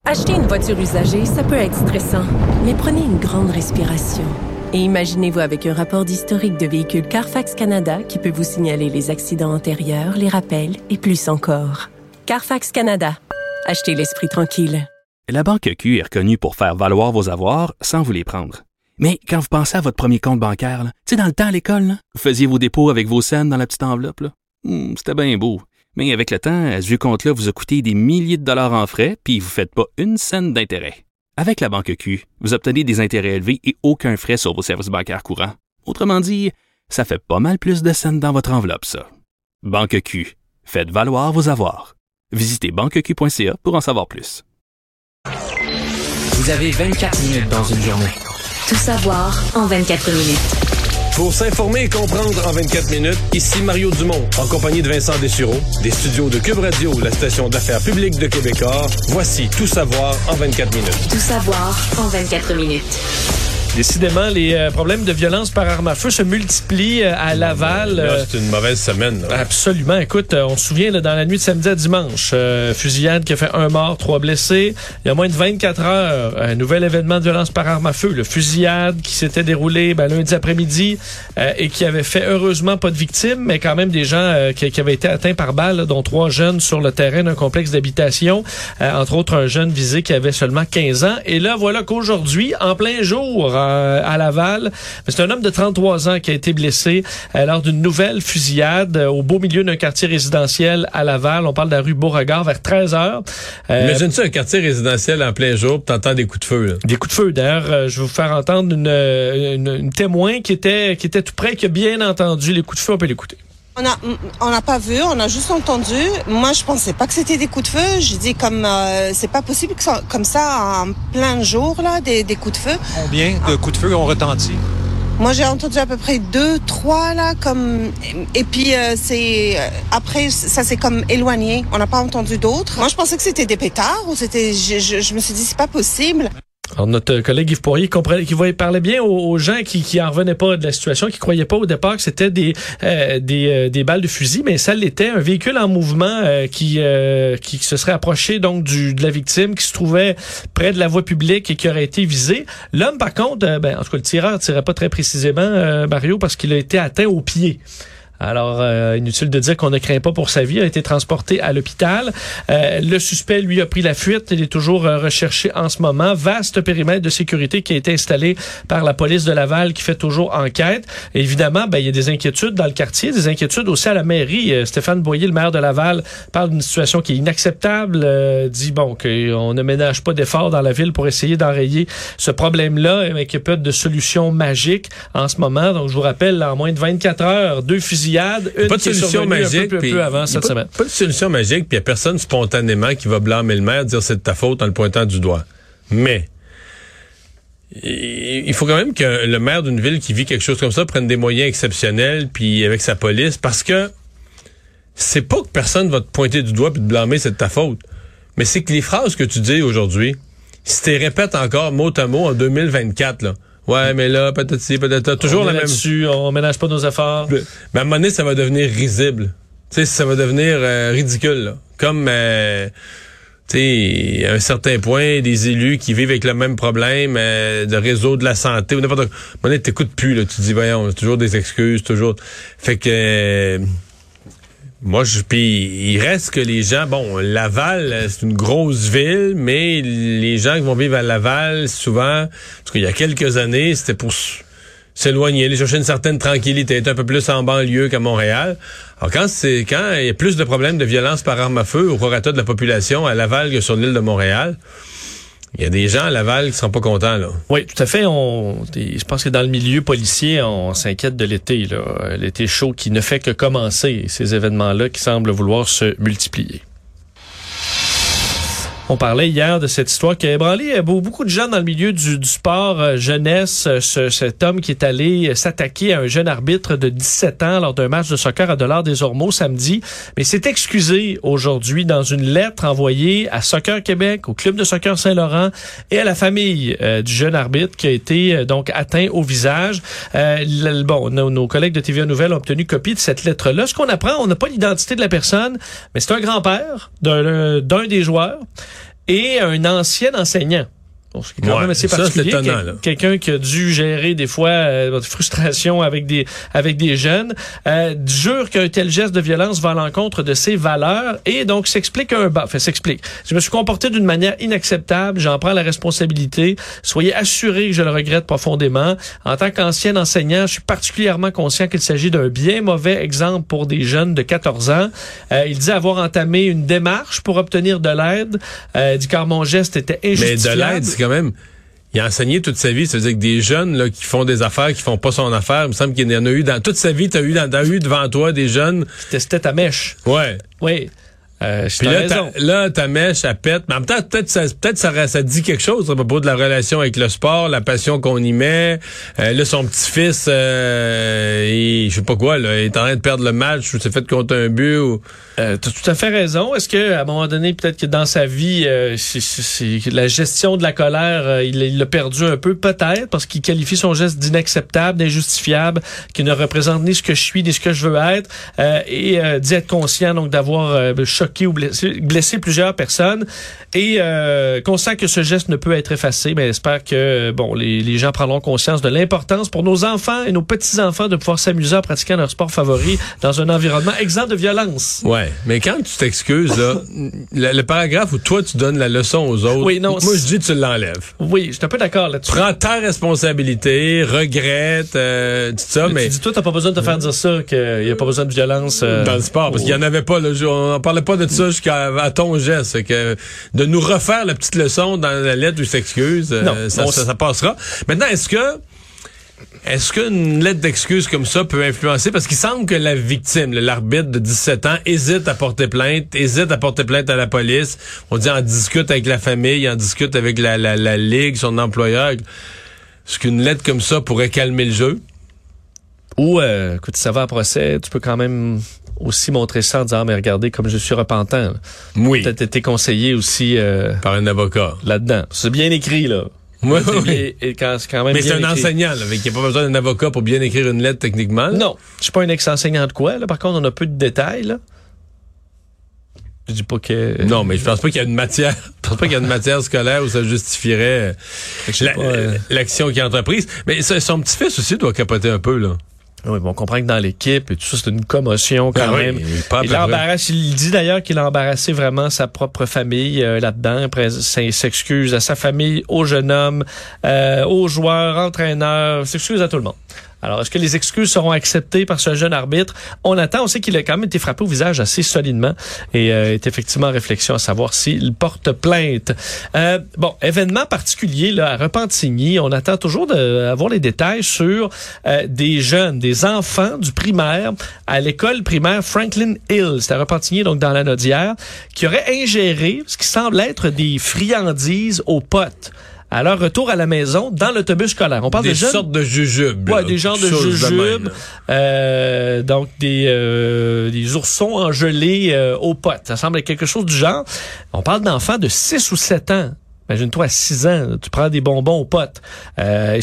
Acheter une voiture usagée, ça peut être stressant, mais prenez une grande respiration. Et imaginez-vous avec un rapport d'historique de véhicule Carfax Canada qui peut vous signaler les accidents antérieurs, les rappels et plus encore. Carfax Canada. Achetez l'esprit tranquille. La Banque Q est reconnue pour faire valoir vos avoirs sans vous les prendre. Mais quand vous pensez à votre premier compte bancaire, tu sais, dans le temps à l'école, là, vous faisiez vos dépôts avec vos scènes dans la petite enveloppe. Là. C'était bien beau. Mais avec le temps, ce vieux compte-là vous a coûté des milliers de dollars en frais, puis vous ne faites pas une scène d'intérêt. Avec la Banque Q, vous obtenez des intérêts élevés et aucun frais sur vos services bancaires courants. Autrement dit, ça fait pas mal plus de scènes dans votre enveloppe, ça. Banque Q. Faites valoir vos avoirs. Visitez banqueq.ca pour en savoir plus. Vous avez 24 minutes dans une journée. Tout savoir en 24 minutes. Pour s'informer et comprendre en 24 minutes, ici Mario Dumont, en compagnie de Vincent Dessureau, des studios de Cube Radio, la station d'affaires publique de Québecor. Voici Tout savoir en 24 minutes. Tout savoir en 24 minutes. Décidément, les problèmes de violence par arme à feu se multiplient à Laval. Là, c'est une mauvaise semaine. Là. Absolument. Écoute, on se souvient, là, dans la nuit de samedi à dimanche, fusillade qui a fait 1 mort, 3 blessés. Il y a moins de 24 heures, un nouvel événement de violence par arme à feu. Le fusillade qui s'était déroulé lundi après-midi et qui avait fait heureusement pas de victimes, mais quand même des gens qui avaient été atteints par balle, dont 3 jeunes sur le terrain d'un complexe d'habitation. Entre autres, un jeune visé qui avait seulement 15 ans. Et là, voilà qu'aujourd'hui, en plein jour, à Laval. C'est un homme de 33 ans qui a été blessé lors d'une nouvelle fusillade au beau milieu d'un quartier résidentiel à Laval. On parle de la rue Beauregard vers 13h. Imagine-tu un quartier résidentiel en plein jour, puis t'entends des coups de feu. Là. Des coups de feu. D'ailleurs, je vais vous faire entendre une témoin qui était tout près, qui a bien entendu les coups de feu. On peut l'écouter. On n'a pas vu, on a juste entendu. Moi, je pensais pas que c'était des coups de feu. Je dis c'est pas possible que ça, comme ça, en plein jour, là, des coups de feu. Combien de coups de feu ont retenti? Moi, j'ai entendu à peu près 2, 3, là, comme, et puis, après, ça s'est comme éloigné. On n'a pas entendu d'autres. Moi, je pensais que c'était des pétards ou je me suis dit, c'est pas possible. Alors, notre collègue Yves Poirier qui parlait bien aux gens qui en revenaient pas de la situation, qui croyaient pas au départ que c'était des balles de fusil, mais ça l'était. Un véhicule en mouvement qui se serait approché donc de la victime, qui se trouvait près de la voie publique et qui aurait été visé. L'homme, par contre, en tout cas, le tireur tirait pas très précisément, Mario, parce qu'il a été atteint au pied. Alors, inutile de dire qu'on ne craint pas pour sa vie. Il a été transporté à l'hôpital. Le suspect, lui, a pris la fuite. Il est toujours recherché en ce moment. Vaste périmètre de sécurité qui a été installé par la police de Laval qui fait toujours enquête. Et évidemment, il y a des inquiétudes dans le quartier, des inquiétudes aussi à la mairie. Stéphane Boyer, le maire de Laval, parle d'une situation qui est inacceptable. Dit, qu'on ne ménage pas d'efforts dans la ville pour essayer d'enrayer ce problème-là, mais qu'il n'y a pas de solution magique en ce moment. Donc, je vous rappelle, en moins de 24 heures, 2 fusillades. Une pas de solution magique, un peu avant cette semaine. Pas de solution magique, puis il n'y a personne spontanément qui va blâmer le maire, dire c'est de ta faute en le pointant du doigt. Mais il faut quand même que le maire d'une ville qui vit quelque chose comme ça prenne des moyens exceptionnels, puis avec sa police, parce que c'est pas que personne va te pointer du doigt puis te blâmer, c'est de ta faute. Mais c'est que les phrases que tu dis aujourd'hui, si tu les répètes encore mot à mot en 2024, là, ouais, mais là, peut-être toujours la même. On ménage pas nos efforts. Mais à un moment donné, ça va devenir risible. Tu sais, ça va devenir ridicule. Là. Comme, tu sais, à un certain point, des élus qui vivent avec le même problème de réseau de la santé ou n'importe quoi. À un moment donné, t'écoutes plus. Là, tu te dis, voyons, toujours des excuses, toujours. Fait que puis il reste que les gens, Laval, c'est une grosse ville, mais les gens qui vont vivre à Laval, souvent, parce qu'il y a quelques années, c'était pour s'éloigner, aller chercher une certaine tranquillité, être un peu plus en banlieue qu'à Montréal. Alors quand il y a plus de problèmes de violence par arme à feu au prorata de la population à Laval que sur l'île de Montréal, il y a des gens à Laval qui sont pas contents, là. Oui, tout à fait. Je pense que dans le milieu policier, on s'inquiète de l'été, là. L'été chaud qui ne fait que commencer. Ces événements-là qui semblent vouloir se multiplier. On parlait hier de cette histoire qui a ébranlé beaucoup de gens dans le milieu du sport jeunesse. Cet homme qui est allé s'attaquer à un jeune arbitre de 17 ans lors d'un match de soccer à Dollard-des-Ormeaux samedi, mais s'est excusé aujourd'hui dans une lettre envoyée à Soccer Québec, au club de soccer Saint-Laurent et à la famille du jeune arbitre qui a été donc atteint au visage. Nos collègues de TVA Nouvelles ont obtenu copie de cette lettre-là. Ce qu'on apprend, on n'a pas l'identité de la personne, mais c'est un grand-père d'un des joueurs. et un ancien enseignant. Bon, c'est quand même assez particulier. Ça, c'est étonnant, là. Quelqu'un qui a dû gérer des fois des frustrations avec des jeunes, jure qu'un tel geste de violence va à l'encontre de ses valeurs et donc s'explique. Je me suis comporté d'une manière inacceptable, j'en prends la responsabilité. Soyez assurés que je le regrette profondément. En tant qu'ancien enseignant, je suis particulièrement conscient qu'il s'agit d'un bien mauvais exemple pour des jeunes de 14 ans. Il dit avoir entamé une démarche pour obtenir de l'aide. Dit car mon geste était injustifiable. Mais de l'aide, c'est quand même... Il a enseigné toute sa vie, ça veut dire que des jeunes là qui font des affaires, qui font pas son affaire, il me semble qu'il y en a eu dans toute sa vie, t'as eu devant toi des jeunes... C'était ta mèche. Ouais. Oui. Puis là, ta mèche, elle pète. Mais en même temps, peut-être ça dit quelque chose à propos de la relation avec le sport, la passion qu'on y met. Là, son petit-fils, je sais pas quoi, là, il est en train de perdre le match ou s'est fait contre un but. Ou... T'as tout à fait raison. Est-ce que à un moment donné, peut-être que dans sa vie, c'est la gestion de la colère, il l'a perdu un peu, peut-être, parce qu'il qualifie son geste d'inacceptable, d'injustifiable, qui ne représente ni ce que je suis, ni ce que je veux être, et dit être conscient donc d'avoir choqué ou blessé plusieurs personnes, et conscient que ce geste ne peut être effacé, mais j'espère que les gens prendront conscience de l'importance pour nos enfants et nos petits-enfants de pouvoir s'amuser en pratiquant leur sport favori dans un environnement exempt de violence. Ouais. Mais quand tu t'excuses, là, le paragraphe où toi, tu donnes la leçon aux autres, oui, non, moi, je dis tu l'enlèves. Oui, je suis un peu d'accord là-dessus. Prends ta responsabilité, regrette, tout ça, mais... Tu dis, toi, t'as pas besoin de te faire dire ça, qu'il n'y a pas besoin de violence... dans le sport, parce qu'il n'y en avait pas, là, on n'en parlait pas de ça jusqu'à ton geste. C'est que de nous refaire la petite leçon dans la lettre où il s'excuse, ça passera. Maintenant, est-ce qu'une lettre d'excuse comme ça peut influencer? Parce qu'il semble que la victime, l'arbitre de 17 ans, hésite à porter plainte à la police. On dit en discute avec la famille, en discute avec la ligue, son employeur. Est-ce qu'une lettre comme ça pourrait calmer le jeu? Ou, écoute, ça va à procès, tu peux quand même aussi montrer ça en disant, mais regardez comme je suis repentant. Là. Oui. Peut-être été conseillé aussi par un avocat. Là-dedans. C'est bien écrit, là. Oui, et quand même mais bien c'est un écrit. enseignant, là, il n'y a pas besoin d'un avocat pour bien écrire une lettre techniquement. Là. Non, je suis pas un ex-enseignant de quoi. Là. Par contre, on a peu de détails. Là. Je dis pas que... Non, mais je pense pas qu'il y a une matière. Je pense pas qu'il y a une matière scolaire où ça justifierait l'action qui est entreprise. Mais son petit-fils aussi doit capoter un peu, là. Oui, bon, on comprend que dans l'équipe et tout ça, c'est une commotion quand même. Il embarrasse. Il dit d'ailleurs qu'il a embarrassé vraiment sa propre famille là-dedans. Après, il s'excuse à sa famille, au jeune homme, aux joueurs, entraîneurs, s'excuse à tout le monde. Alors, est-ce que les excuses seront acceptées par ce jeune arbitre? On attend. On sait qu'il a quand même été frappé au visage assez solidement et est effectivement en réflexion à savoir s'il porte plainte. Événement particulier là, à Repentigny. On attend toujours d'avoir les détails sur des jeunes, des enfants du primaire à l'école primaire Franklin Hill. C'est à Repentigny, donc dans la Naudière, qui auraient ingéré ce qui semble être des friandises aux potes à leur retour à la maison dans l'autobus scolaire. On parle des de jeunes... sortes de jujubes. Ouais, des genres de jujubes. Donc des oursons engelés aux potes. Ça semble être quelque chose du genre. On parle d'enfants de 6 ou 7 ans. Imagine-toi, à 6 ans, tu prends des bonbons aux potes. Mais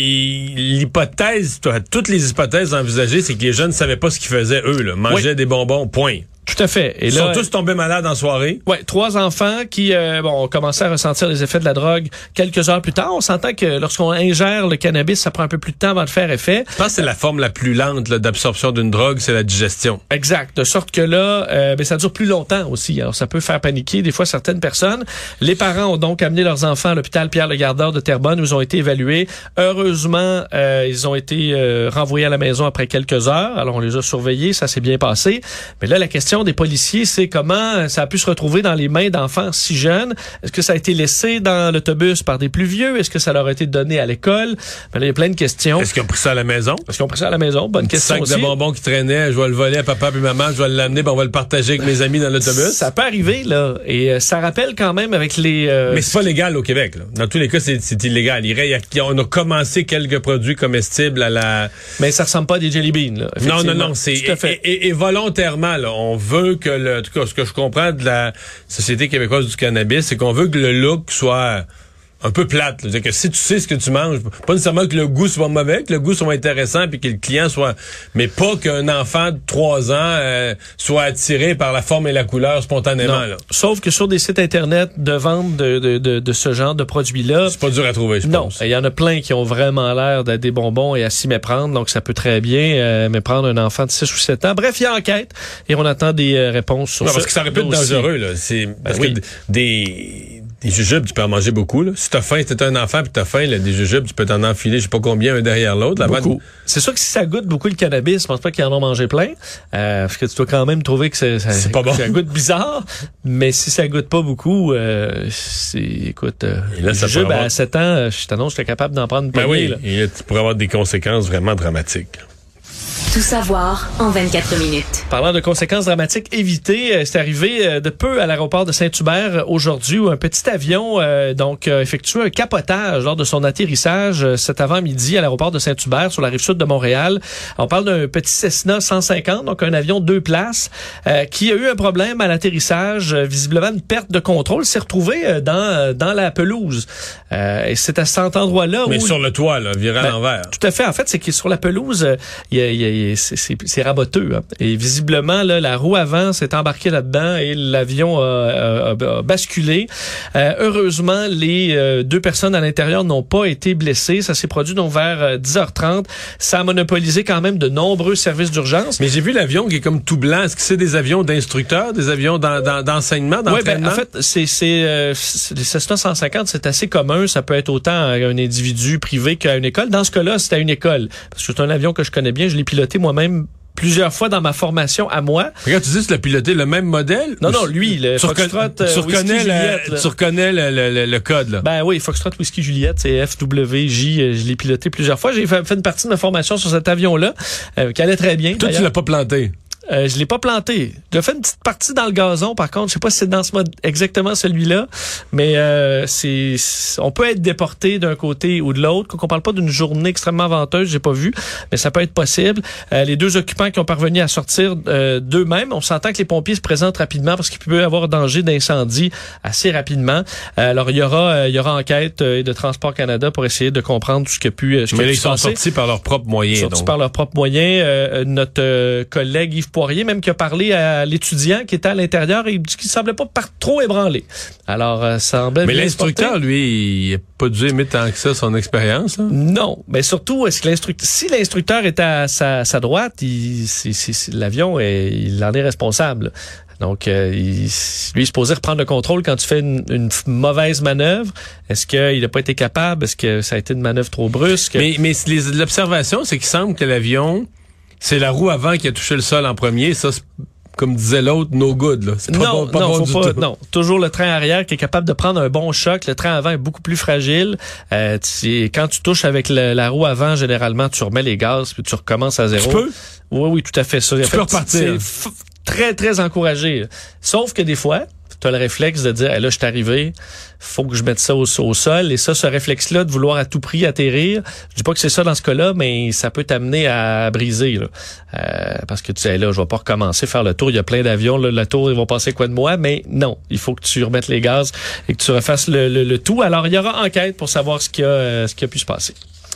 l'hypothèse, toutes les hypothèses envisagées, c'est que les jeunes ne savaient pas ce qu'ils faisaient, eux, là. Mangeaient des bonbons, point. Tout à fait. Et ils sont tous tombés malades en soirée. Ouais, 3 enfants qui ont commencé à ressentir les effets de la drogue quelques heures plus tard. On s'entend que lorsqu'on ingère le cannabis, ça prend un peu plus de temps avant de faire effet. Je pense que c'est la forme la plus lente là, d'absorption d'une drogue, c'est la digestion. Exact. De sorte que là, ça dure plus longtemps aussi. Alors, ça peut faire paniquer des fois certaines personnes. Les parents ont donc amené leurs enfants à l'hôpital Pierre-le-Gardeur de Terrebonne où ils ont été évalués. Heureusement, ils ont été renvoyés à la maison après quelques heures. Alors, on les a surveillés. Ça s'est bien passé. Mais là, la question des policiers, c'est comment ça a pu se retrouver dans les mains d'enfants si jeunes. Est-ce que ça a été laissé dans l'autobus par des plus vieux? Est-ce que ça leur a été donné à l'école? Ben là, il y a plein de questions. Est-ce qu'ils ont pris ça à la maison? Bonne question aussi. Un sac de bonbons qui traînait, je vais le voler à papa et maman, je vais l'amener, on va le partager avec mes amis dans l'autobus. Ça peut arriver, là. Et ça rappelle quand même avec les... Mais c'est pas légal au Québec, là. Dans tous les cas, c'est illégal. On a commencé quelques produits comestibles à la... Mais ça ressemble pas à des jelly beans, là. Non. C'est... Et volontairement, là, on veut que en tout cas, ce que je comprends de la Société québécoise du cannabis, c'est qu'on veut que le look soit un peu plate. C'est-à-dire que si tu sais ce que tu manges, pas nécessairement que le goût soit mauvais, que le goût soit intéressant puis que le client soit... Mais pas qu'un enfant de 3 ans soit attiré par la forme et la couleur spontanément. Là. Sauf que sur des sites Internet de vente de ce genre de produits-là... C'est pas dur à trouver, je pense. Non, il y en a plein qui ont vraiment l'air d'être des bonbons et à s'y méprendre, donc ça peut très bien méprendre un enfant de 6 ou 7 ans. Bref, il y a enquête et on attend des réponses sur ça. Parce que ça aurait pu être dangereux. Là. Parce que des jujubes, tu peux en manger beaucoup. Là. Si t'as faim, si t'es un enfant puis t'as faim, là, des jujubes, tu peux t'en enfiler, je sais pas combien, un derrière l'autre. Beaucoup. C'est sûr que si ça goûte beaucoup le cannabis, je pense pas qu'ils en ont mangé plein. Parce que tu dois quand même trouver que c'est pas bon. Ça goûte bizarre. Mais si ça goûte pas beaucoup, écoute, le jujube à 7 ans, je t'annonce, j'étais capable d'en prendre une poignée. Oui, et là, tu pourrais avoir des conséquences vraiment dramatiques. Tout savoir en 24 minutes. Parlant de conséquences dramatiques évitées, c'est arrivé de peu à l'aéroport de Saint-Hubert aujourd'hui où un petit avion effectué un capotage lors de son atterrissage cet avant-midi à l'aéroport de Saint-Hubert sur la rive sud de Montréal. On parle d'un petit Cessna 150, donc un avion 2 places qui a eu un problème à l'atterrissage, visiblement une perte de contrôle, s'est retrouvé dans la pelouse. Et c'est à cet endroit-là Mais sur le toit, là, viré à l'envers. Tout à fait. En fait, c'est que sur la pelouse, c'est raboteux. Hein. Et visiblement, là, la roue avant s'est embarquée là-dedans et l'avion a basculé. Heureusement, les 2 personnes à l'intérieur n'ont pas été blessées. Ça s'est produit donc vers 10h30. Ça a monopolisé quand même de nombreux services d'urgence. Mais j'ai vu l'avion qui est comme tout blanc. Est-ce que c'est des avions d'instructeurs, des avions d'enseignement, d'entraînement? Oui, en fait, les Cessna 150, c'est assez commun. Ça peut être autant un individu privé qu'à une école. Dans ce cas-là, c'était à une école. Parce que c'est un avion que je connais bien. Je l'ai piloté moi-même plusieurs fois dans ma formation à moi. Regarde, tu dis que tu l'as piloté le même modèle? Non, lui, le Foxtrot Whisky Juliette. Tu reconnais le code, là? Ben oui, Foxtrot Whisky Juliette, c'est FWJ. Je l'ai piloté plusieurs fois. J'ai fait une partie de ma formation sur cet avion-là, qui allait très bien. Toi, tu l'as pas planté? Je l'ai pas planté. J'ai fait une petite partie dans le gazon, par contre. Je sais pas si c'est dans ce mode exactement celui-là, mais on peut être déporté d'un côté ou de l'autre. Quand on parle pas d'une journée extrêmement venteuse, j'ai pas vu, mais ça peut être possible. Les 2 occupants qui ont parvenu à sortir d'eux-mêmes, on s'entend que les pompiers se présentent rapidement parce qu'il peut y avoir danger d'incendie assez rapidement. Alors il y aura enquête de Transport Canada pour essayer de comprendre tout ce qui a pu se passer. Mais ils sont sortis par leurs propres moyens. Par leurs propres moyens. Notre collègue Yves Poirier, même qui a parlé à l'étudiant qui était à l'intérieur et il dit qu'il semblait pas trop ébranlé. Alors, ça semblait... Mais l'instructeur, lui, il n'a pas dû aimer tant que ça son expérience. Hein? Non, mais surtout, si l'instructeur était à sa droite, l'avion, il en est responsable. Donc, lui, il est supposé reprendre le contrôle quand tu fais une mauvaise manœuvre. Est-ce qu'il n'a pas été capable? Est-ce que ça a été une manœuvre trop brusque? Mais l'observation, c'est qu'il semble que l'avion... C'est la roue avant qui a touché le sol en premier. Ça, comme disait l'autre, no good. Là. C'est pas bon du tout. Non, toujours le train arrière qui est capable de prendre un bon choc. Le train avant est beaucoup plus fragile. Quand tu touches avec la roue avant, généralement, tu remets les gaz puis tu recommences à zéro. Tu peux? Oui, tout à fait. Ça. Tu peux repartir. C'est très, très encouragé. Sauf que des fois... tu as le réflexe de dire, là, je suis arrivé, faut que je mette ça au sol. Et ce réflexe-là de vouloir à tout prix atterrir, je dis pas que c'est ça dans ce cas-là, mais ça peut t'amener à briser. Là. Parce que tu sais, là, je vais pas recommencer à faire le tour. Il y a plein d'avions, là, le tour, ils vont passer quoi de moi? Mais non, il faut que tu remettes les gaz et que tu refasses le tout. Alors, il y aura enquête pour savoir ce qui a pu se passer.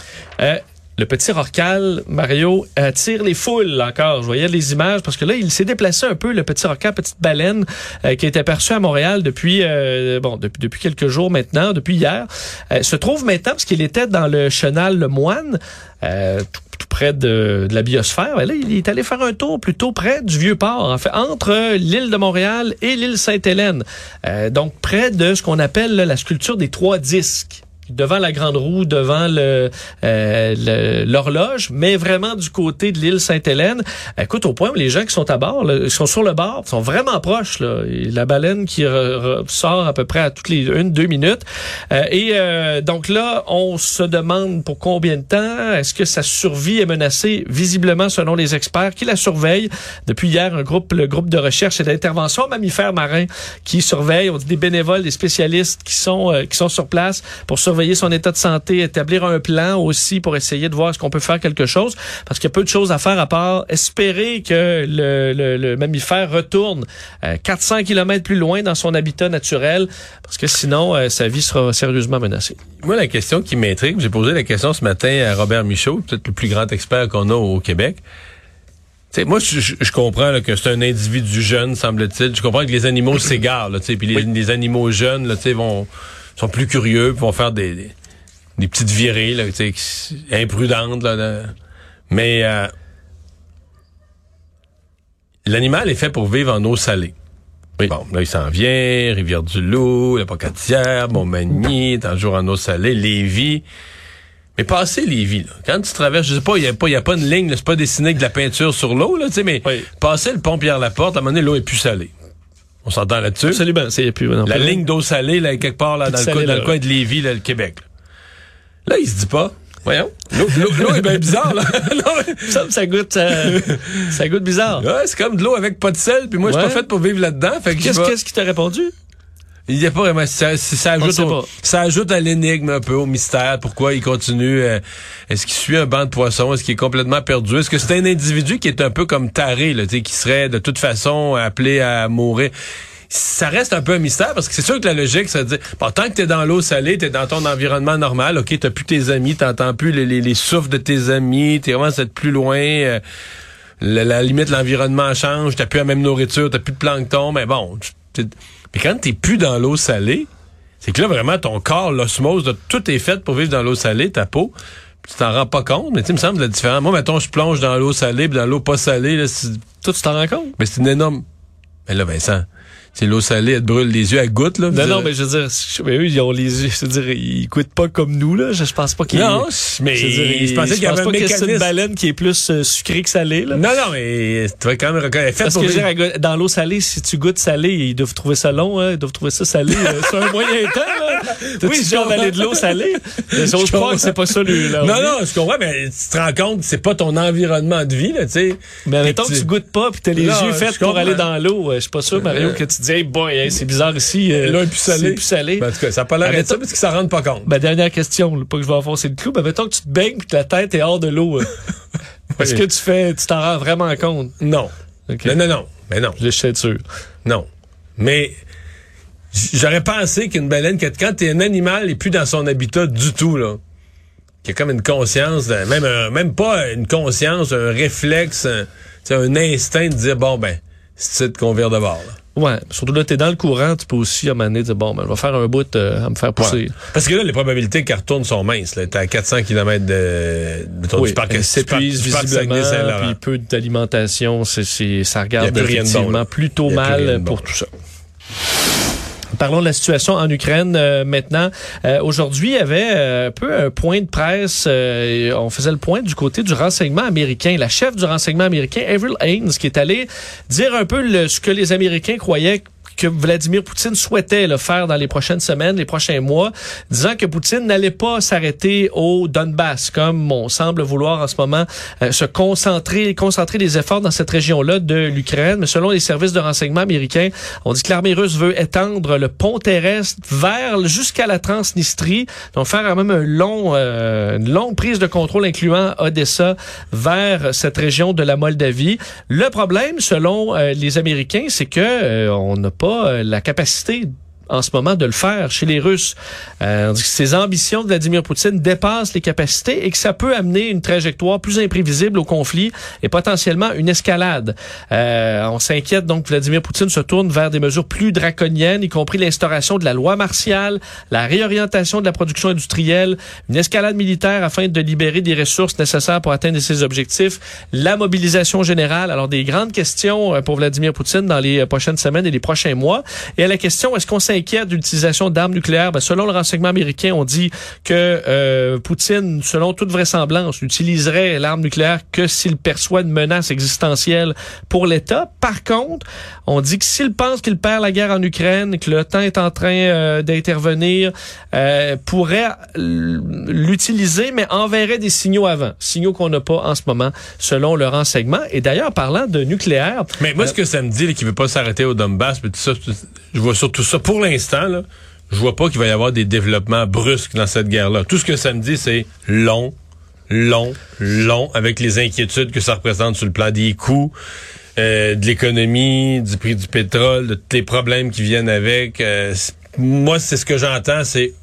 Le petit Rorcal, Mario, attire les foules encore. Je voyais les images parce que là, il s'est déplacé un peu, le petit Rorcal, petite baleine, qui a été aperçu à Montréal depuis quelques jours maintenant, depuis hier. Se trouve maintenant, parce qu'il était dans le chenal Le Moine, tout près de la biosphère. Ben là, il est allé faire un tour plutôt près du Vieux-Port, en fait, entre l'île de Montréal et l'île Sainte-Hélène. Donc, près de ce qu'on appelle la sculpture des 3 disques. Devant la grande roue, devant l'horloge, mais vraiment du côté de l'île Sainte-Hélène. Écoute, au point où les gens qui sont à bord, là, sont sur le bord, sont vraiment proches. Là. Et la baleine qui sort à peu près à toutes les 1-2 minutes. Donc là, on se demande pour combien de temps. Est-ce que sa survie est menacée? Visiblement, selon les experts qui la surveillent. Depuis hier, le groupe de recherche et d'intervention mammifères marins qui surveillent. On dit des bénévoles, des spécialistes qui sont sur place pour surveiller surveiller son état de santé, établir un plan aussi pour essayer de voir est-ce qu'on peut faire quelque chose, parce qu'il y a peu de choses à faire à part espérer que le mammifère retourne 400 km plus loin dans son habitat naturel, parce que sinon, sa vie sera sérieusement menacée. Moi, la question qui m'intrigue, j'ai posé la question ce matin à Robert Michaud, peut-être le plus grand expert qu'on a au Québec. T'sais, moi, je comprends là, que c'est un individu jeune, semble-t-il. Je comprends que les animaux s'égarent, puis les animaux jeunes là, sont plus curieux, puis vont faire des petites virées là, imprudentes. Là. Mais l'animal est fait pour vivre en eau salée. Oui. Bon, là, il s'en vient, Rivière-du-Loup, la Pocatière, Montmagny, t'es toujours en eau salée, Lévis. Mais passer Lévis, là, quand tu traverses, je sais pas, il y a pas une ligne, là, c'est pas dessiné avec de la peinture sur l'eau, là, tu sais, mais passer le pont Pierre-Laporte, à un moment donné, l'eau est plus salée. On s'entend là-dessus? Absolument, c'est plus. La ligne d'eau salée, là, quelque part, là, dans le coin de Lévis, là, le Québec. Là, il se dit pas. Voyons. L'eau est bien bizarre, là. ça goûte bizarre. Ouais, c'est comme de l'eau avec pas de sel, puis moi, je suis pas fait pour vivre là-dedans. Fait que qu'est-ce qui t'a répondu? Il n'y a pas vraiment, ça ajoute à l'énigme un peu, au mystère. Pourquoi il continue? Est-ce qu'il suit un banc de poissons? Est-ce qu'il est complètement perdu? Est-ce que c'est un individu qui est un peu comme taré, là, qui serait de toute façon appelé à mourir? Ça reste un peu un mystère parce que c'est sûr que la logique, ça veut dire, bon, tant que t'es dans l'eau salée, t'es dans ton environnement normal, ok, t'as plus tes amis, t'entends plus les souffles de tes amis, t'es vraiment d'être plus loin, la limite, l'environnement change, t'as plus la même nourriture, t'as plus de plancton, mais bon, mais quand t'es plus dans l'eau salée, c'est que là, vraiment, ton corps, l'osmose, tout est fait pour vivre dans l'eau salée, ta peau, tu t'en rends pas compte, mais tu sais, il me semble la différence. Moi, mettons, je plonge dans l'eau salée, puis dans l'eau pas salée, là, toi, tu t'en rends compte? Mais c'est une énorme... Mais là, Vincent... C'est l'eau salée, elle te brûle les yeux, elle goûte, là. Non, mais je veux dire, mais eux, ils ont les yeux, je veux dire, ils goûtent pas comme nous, là. Je pense pas qu'ils... Non, mais je pensais qu'il y avait un mécanisme. C'est une baleine qui est plus sucrée que salée, là. Non, mais tu vas quand même reconnaître. Parce que je veux dire, dans l'eau salée, si tu goûtes salé, ils doivent trouver ça long, hein. Ils doivent trouver ça salé sur un moyen temps, là. Oui, je viens d'aller de l'eau salée. J'ose croire que c'est pas ça, là. Non, je comprends, mais tu te rends compte que c'est pas ton environnement de vie, là, tu sais. Mais mettons que tu goûtes pas, puis t'as les yeux faits pour aller dans l'eau. Je suis pas sûr, Mario, que tu dis, hey, boy, c'est bizarre ici. Là, plus salé. C'est plus salé. Ben, en tout cas, ça n'a pas l'air d'être ça parce qu'ils s'en rendent pas compte. Ben, dernière question, là, pas que je vais enfoncer le clou. Ben, mettons que tu te baignes et que la tête est hors de l'eau. Est-ce que tu t'en rends vraiment compte? Non. Okay. Non. Mais non. Je suis sûr. Non. Mais j'aurais pensé qu'une baleine, quand t'es un animal et plus dans son habitat du tout, là, qu'il y a comme une conscience, même pas une conscience, un réflexe, un instinct de dire, bon, ben, c'est qu'on vire de bord, là. Ouais, surtout là, t'es dans le courant, tu peux aussi à un moment donné dire, bon, ben, je vais faire un bout à me faire pousser. Ouais. Parce que là, les probabilités qu'elle retourne sont minces, là. T'es à 400 km du parc. Elle s'épuise visiblement, puis peu d'alimentation, ça regarde effectivement plutôt mal pour tout ça. Parlons de la situation en Ukraine maintenant. Aujourd'hui, il y avait un peu un point de presse. On faisait le point du côté du renseignement américain. La chef du renseignement américain, Avril Haines, qui est allée dire un peu ce que les Américains croyaient que Vladimir Poutine souhaitait faire dans les prochaines semaines, les prochains mois, disant que Poutine n'allait pas s'arrêter au Donbass, comme on semble vouloir en ce moment se concentrer les efforts dans cette région-là de l'Ukraine. Mais selon les services de renseignement américains, on dit que l'armée russe veut étendre le pont terrestre jusqu'à la Transnistrie, donc faire quand même une longue prise de contrôle incluant Odessa vers cette région de la Moldavie. Le problème, selon les Américains, c'est que on n'a pas la capacité en ce moment de le faire chez les Russes. On dit que ces ambitions de Vladimir Poutine dépassent les capacités et que ça peut amener une trajectoire plus imprévisible au conflit et potentiellement une escalade. On s'inquiète donc que Vladimir Poutine se tourne vers des mesures plus draconiennes, y compris l'instauration de la loi martiale, la réorientation de la production industrielle, une escalade militaire afin de libérer des ressources nécessaires pour atteindre ses objectifs, la mobilisation générale. Alors, des grandes questions pour Vladimir Poutine dans les prochaines semaines et les prochains mois. Et à la question, est-ce qu'on s'inquiète de l'utilisation d'armes nucléaires? Ben, selon le renseignement américain, on dit que Poutine, selon toute vraisemblance, n'utiliserait l'arme nucléaire que s'il perçoit une menace existentielle pour l'État. Par contre, on dit que s'il pense qu'il perd la guerre en Ukraine, que l'OTAN est en train d'intervenir, pourrait l'utiliser, mais enverrait des signaux avant. Signaux qu'on n'a pas en ce moment, selon le renseignement. Et d'ailleurs, parlant de nucléaire... Mais moi, ce que ça me dit, qu'il ne veut pas s'arrêter au Donbass, mais tout ça, je vois surtout ça pour l'instant, là. je vois pas qu'il va y avoir des développements brusques dans cette guerre-là. Tout ce que ça me dit, c'est long, avec les inquiétudes que ça représente sur le plan des coûts, de l'économie, du prix du pétrole, de tous les problèmes qui viennent avec. Moi, c'est ce que j'entends, c'est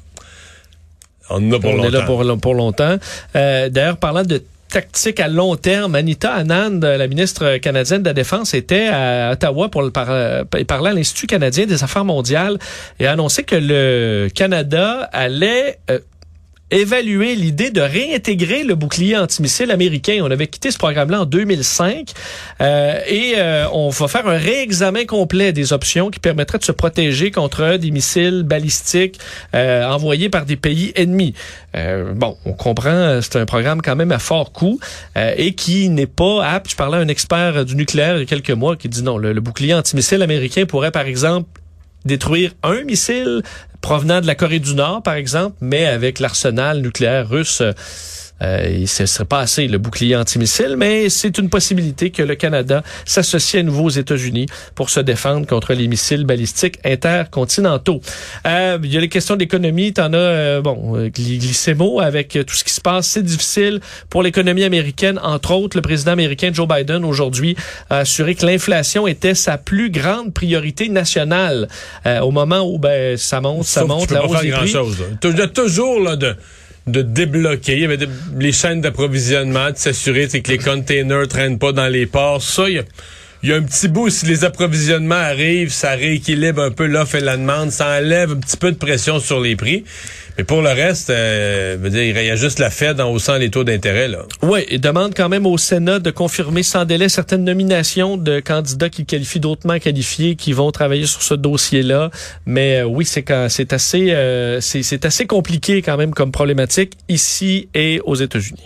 on en a pour longtemps. On est là pour longtemps. D'ailleurs, parlant de tactique à long terme, Anita Anand, la ministre canadienne de la Défense, était à Ottawa pour parler à l'Institut canadien des affaires mondiales et a annoncé que le Canada allait évaluer l'idée de réintégrer le bouclier antimissile américain. On avait quitté ce programme-là en 2005 et on va faire un réexamen complet des options qui permettraient de se protéger contre des missiles balistiques envoyés par des pays ennemis. On comprend, c'est un programme quand même à fort coût et qui n'est pas apte. Je parlais à un expert du nucléaire il y a quelques mois qui dit non, le bouclier antimissile américain pourrait par exemple détruire un missile provenant de la Corée du Nord, par exemple, mais avec l'arsenal nucléaire russe, ce serait pas assez le bouclier antimissile, mais c'est une possibilité que le Canada s'associe à nouveau aux États-Unis pour se défendre contre les missiles balistiques intercontinentaux. Il y a les questions d'économie, t'en as, glisser mot avec tout ce qui se passe. C'est difficile pour l'économie américaine, entre autres. Le président américain Joe Biden, aujourd'hui, a assuré que l'inflation était sa plus grande priorité nationale. Au moment où, ça monte, la hausse des prix. Il y a toujours, là, de débloquer. Il y avait les chaînes d'approvisionnement, de s'assurer que les containers traînent pas dans les ports. Ça, il y a un petit bout, si les approvisionnements arrivent, ça rééquilibre un peu l'offre et la demande, ça enlève un petit peu de pression sur les prix. Mais pour le reste, il y a juste la Fed en haussant les taux d'intérêt, là. Oui, il demande quand même au Sénat de confirmer sans délai certaines nominations de candidats qu'il qualifie d'autrement qualifiés qui vont travailler sur ce dossier-là. Mais oui, c'est assez compliqué quand même comme problématique ici et aux États-Unis.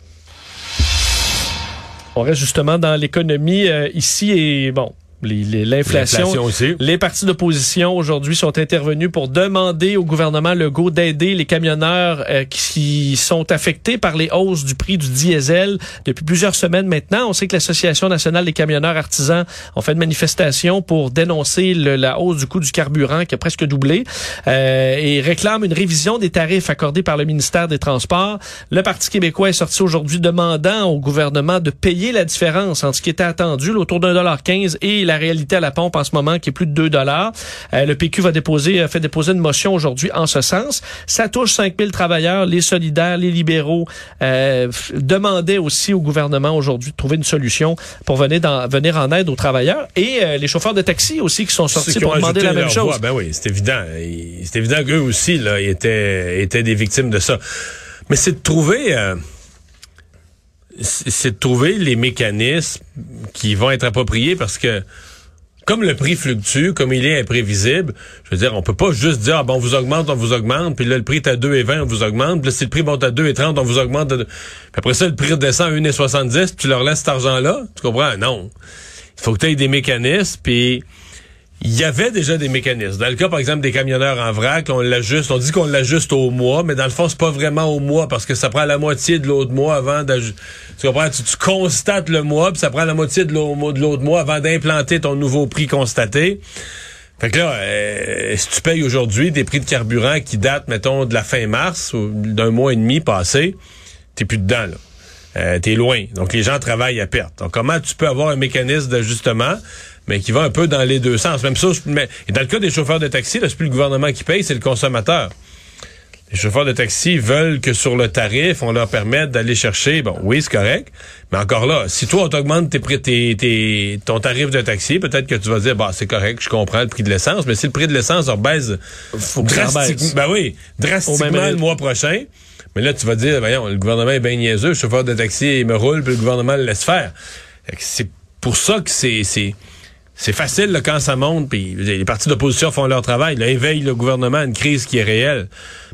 On reste justement dans l'économie ici et l'inflation aussi. Les partis d'opposition aujourd'hui sont intervenus pour demander au gouvernement Legault d'aider les camionneurs qui sont affectés par les hausses du prix du diesel depuis plusieurs semaines maintenant. On sait que l'Association nationale des camionneurs artisans ont fait une manifestation pour dénoncer la hausse du coût du carburant qui a presque doublé et réclame une révision des tarifs accordés par le ministère des Transports. Le Parti québécois est sorti aujourd'hui demandant au gouvernement de payer la différence entre ce qui était attendu, autour d'1,15 et la réalité à la pompe en ce moment qui est plus de 2 $. Le PQ fait déposer une motion aujourd'hui en ce sens. Ça touche 5000 travailleurs, les solidaires, les libéraux demandaient aussi au gouvernement aujourd'hui de trouver une solution pour venir en aide aux travailleurs et les chauffeurs de taxi aussi qui sont sortis pour demander la même chose. Ben oui, c'est évident. C'est évident qu'eux aussi là étaient des victimes de ça. Mais c'est de trouver les mécanismes qui vont être appropriés parce que comme le prix fluctue, comme il est imprévisible, je veux dire, on peut pas juste dire on vous augmente, puis là le prix est à 2,20, on vous augmente, puis là si le prix monte à 2,30, on vous augmente. Puis après ça le prix redescend à 1,70, puis tu leur laisses cet argent-là, tu comprends? Non. Il faut que tu aies des mécanismes, puis il y avait déjà des mécanismes. Dans le cas, par exemple, des camionneurs en vrac, on dit qu'on l'ajuste au mois, mais dans le fond, c'est pas vraiment au mois parce que ça prend la moitié de l'autre mois avant d'ajuster. Tu comprends? Tu constates le mois, puis ça prend la moitié de l'autre mois avant d'implanter ton nouveau prix constaté. Fait que là, si tu payes aujourd'hui des prix de carburant qui datent, mettons, de la fin mars ou d'un mois et demi passé, t'es plus dedans, là. T'es loin. Donc, les gens travaillent à perte. Donc, comment tu peux avoir un mécanisme d'ajustement mais qui va un peu dans les deux sens. Même ça, et dans le cas des chauffeurs de taxi, là, c'est plus le gouvernement qui paye, c'est le consommateur. Les chauffeurs de taxi veulent que sur le tarif, on leur permette d'aller chercher, oui, c'est correct, mais encore là, si toi, on t'augmente ton tarif de taxi, peut-être que tu vas dire, c'est correct, je comprends le prix de l'essence, mais si le prix de l'essence rebaisse drastiquement le mois prochain, mais là, tu vas dire, voyons, le gouvernement est bien niaiseux, le chauffeur de taxi, il me roule, puis le gouvernement le laisse faire. C'est pour ça que c'est facile là, quand ça monte, puis les partis d'opposition font leur travail, là, éveillent le gouvernement à une crise qui est réelle.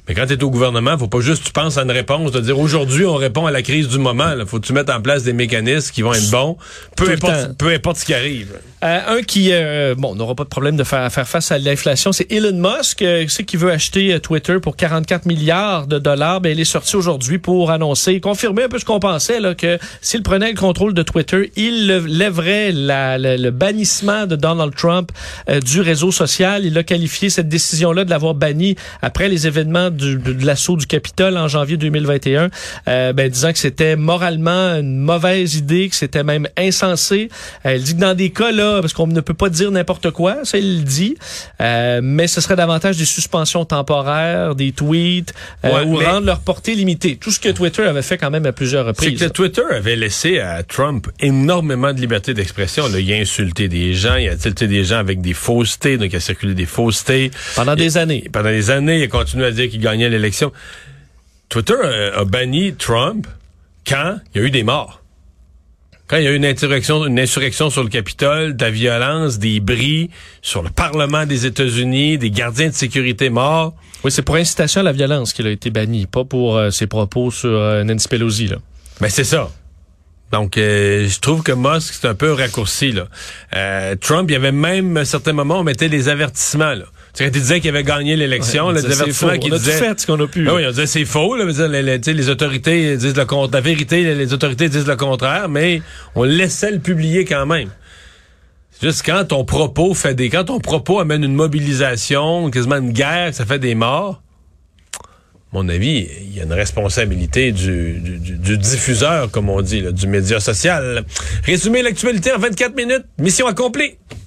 Mais quand tu es au gouvernement, faut pas juste tu penses à une réponse, de dire aujourd'hui on répond à la crise du moment. Là. Faut que tu mettes en place des mécanismes qui vont être bons, peu importe ce qui arrive. Un qui n'aura pas de problème de faire face à l'inflation, c'est Elon Musk, qui veut acheter Twitter pour 44 milliards de dollars. Ben, il est sorti aujourd'hui pour annoncer, confirmer un peu ce qu'on pensait, là, que s'il prenait le contrôle de Twitter, il lèverait le bannissement de Donald Trump du réseau social. Il a qualifié cette décision-là de l'avoir banni après les événements de l'assaut du Capitole en janvier 2021, disant que c'était moralement une mauvaise idée, que c'était même insensé. Il dit que dans des cas là, parce qu'on ne peut pas dire n'importe quoi, ça il le dit, mais ce serait davantage des suspensions temporaires, des tweets, ou rendre leur portée limitée. Tout ce que Twitter avait fait quand même à plusieurs reprises. C'est que Twitter avait laissé à Trump énormément de liberté d'expression. Là. Il a insulté des gens, il a tilté des gens avec des faussetés, donc il a circulé des faussetés. Pendant des années, il a continué à dire qu'il gagnait l'élection. Twitter a banni Trump quand il y a eu des morts. Quand il y a eu une insurrection sur le Capitole, de la violence, des bris sur le Parlement des États-Unis, des gardiens de sécurité morts. Oui, c'est pour incitation à la violence qu'il a été banni, pas pour ses propos sur Nancy Pelosi, là. Ben, c'est ça. Donc, je trouve que Musk, c'est un peu raccourci, là. Trump, il y avait même, à certains moments, on mettait des avertissements, là. Tu sais, quand il disait qu'il avait gagné l'élection, des avertissements qui disaient... On a tout fait ce qu'on a pu. Oui, on disait c'est faux, là. Les autorités disent le contraire. La vérité, les autorités disent le contraire, mais on laissait le publier quand même. C'est juste quand ton propos amène une mobilisation, quasiment une guerre, ça fait des morts. À mon avis, il y a une responsabilité du diffuseur, comme on dit, là, du média social. Résumer l'actualité en 24 minutes. Mission accomplie.